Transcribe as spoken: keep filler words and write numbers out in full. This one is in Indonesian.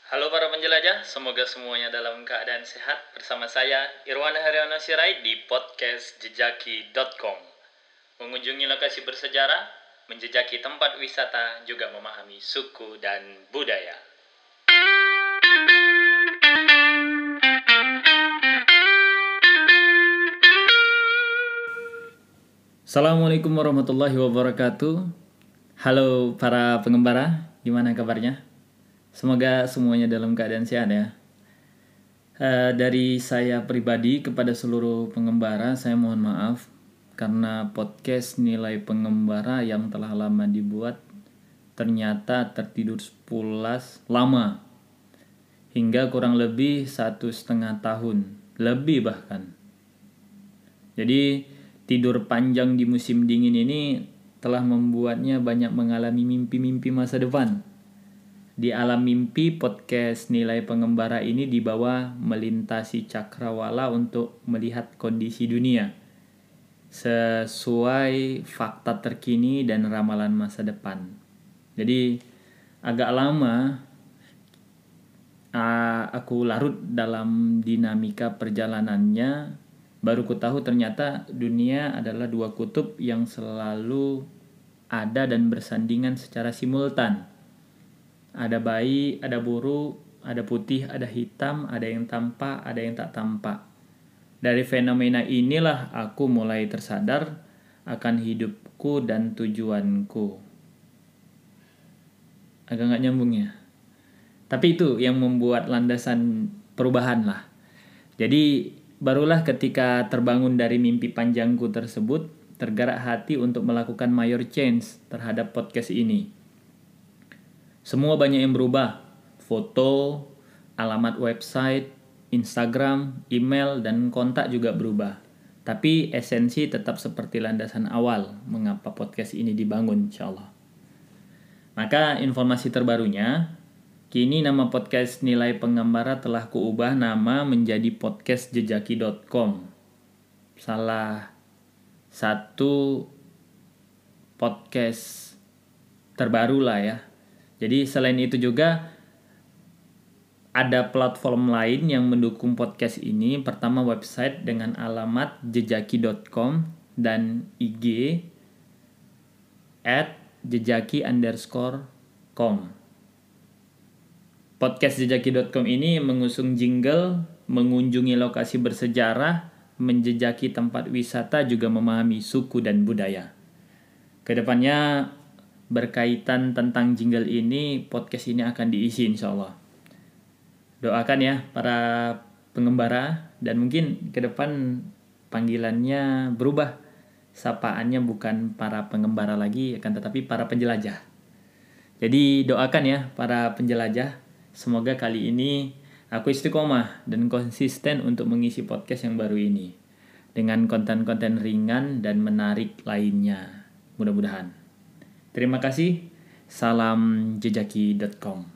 Halo para penjelajah, semoga semuanya dalam keadaan sehat. Bersama saya Irwan Haryono Sirait di podcast jejaki dot com. Mengunjungi lokasi bersejarah, menjejaki tempat wisata, juga memahami suku dan budaya. Assalamualaikum warahmatullahi wabarakatuh. Halo para pengembara, gimana kabarnya? Semoga semuanya dalam keadaan sehat ya. Uh, dari saya pribadi kepada seluruh pengembara, saya mohon maaf karena podcast Nilai Pengembara yang telah lama dibuat ternyata tertidur pulas lama hingga kurang lebih satu setengah tahun, lebih bahkan. Jadi tidur panjang di musim dingin ini telah membuatnya banyak mengalami mimpi-mimpi masa depan. Di alam mimpi, podcast Nilai Pengembara ini dibawa melintasi cakrawala untuk melihat kondisi dunia sesuai fakta terkini dan ramalan masa depan. Jadi agak lama aku larut dalam dinamika perjalanannya, baru ku tahu ternyata dunia adalah dua kutub yang selalu ada dan bersandingan secara simultan. Ada bayi, ada buruk, ada putih, ada hitam, ada yang tampak, ada yang tak tampak. Dari fenomena inilah aku mulai tersadar akan hidupku dan tujuanku. Agak gak nyambung ya. Tapi itu yang membuat landasan perubahan lah. Jadi barulah ketika terbangun dari mimpi panjangku tersebut, tergerak hati untuk melakukan major change terhadap podcast ini. Semua banyak yang berubah, foto, alamat website, Instagram, email, dan kontak juga berubah. Tapi esensi tetap seperti landasan awal mengapa podcast ini dibangun, insyaallah. Maka informasi terbarunya, kini nama podcast Nilai Pengembara telah kuubah nama menjadi podcast jejaki dot com. Salah satu podcast terbaru lah ya. Jadi selain itu juga ada platform lain yang mendukung podcast ini. Pertama website dengan alamat jejaki dot com dan I G at jejaki underscore com. Podcast jejaki dot com ini mengusung jingle, mengunjungi lokasi bersejarah, menjejaki tempat wisata, juga memahami suku dan budaya. Kedepannya berkaitan tentang jingle ini, podcast ini akan diisi insyaallah. Doakan ya para pengembara, dan mungkin ke depan panggilannya berubah. Sapaannya bukan para pengembara lagi, akan tetapi para penjelajah. Jadi doakan ya para penjelajah, semoga kali ini aku istiqomah dan konsisten untuk mengisi podcast yang baru ini dengan konten-konten ringan dan menarik lainnya. Mudah-mudahan. Terima kasih. Salam jejaki dot com.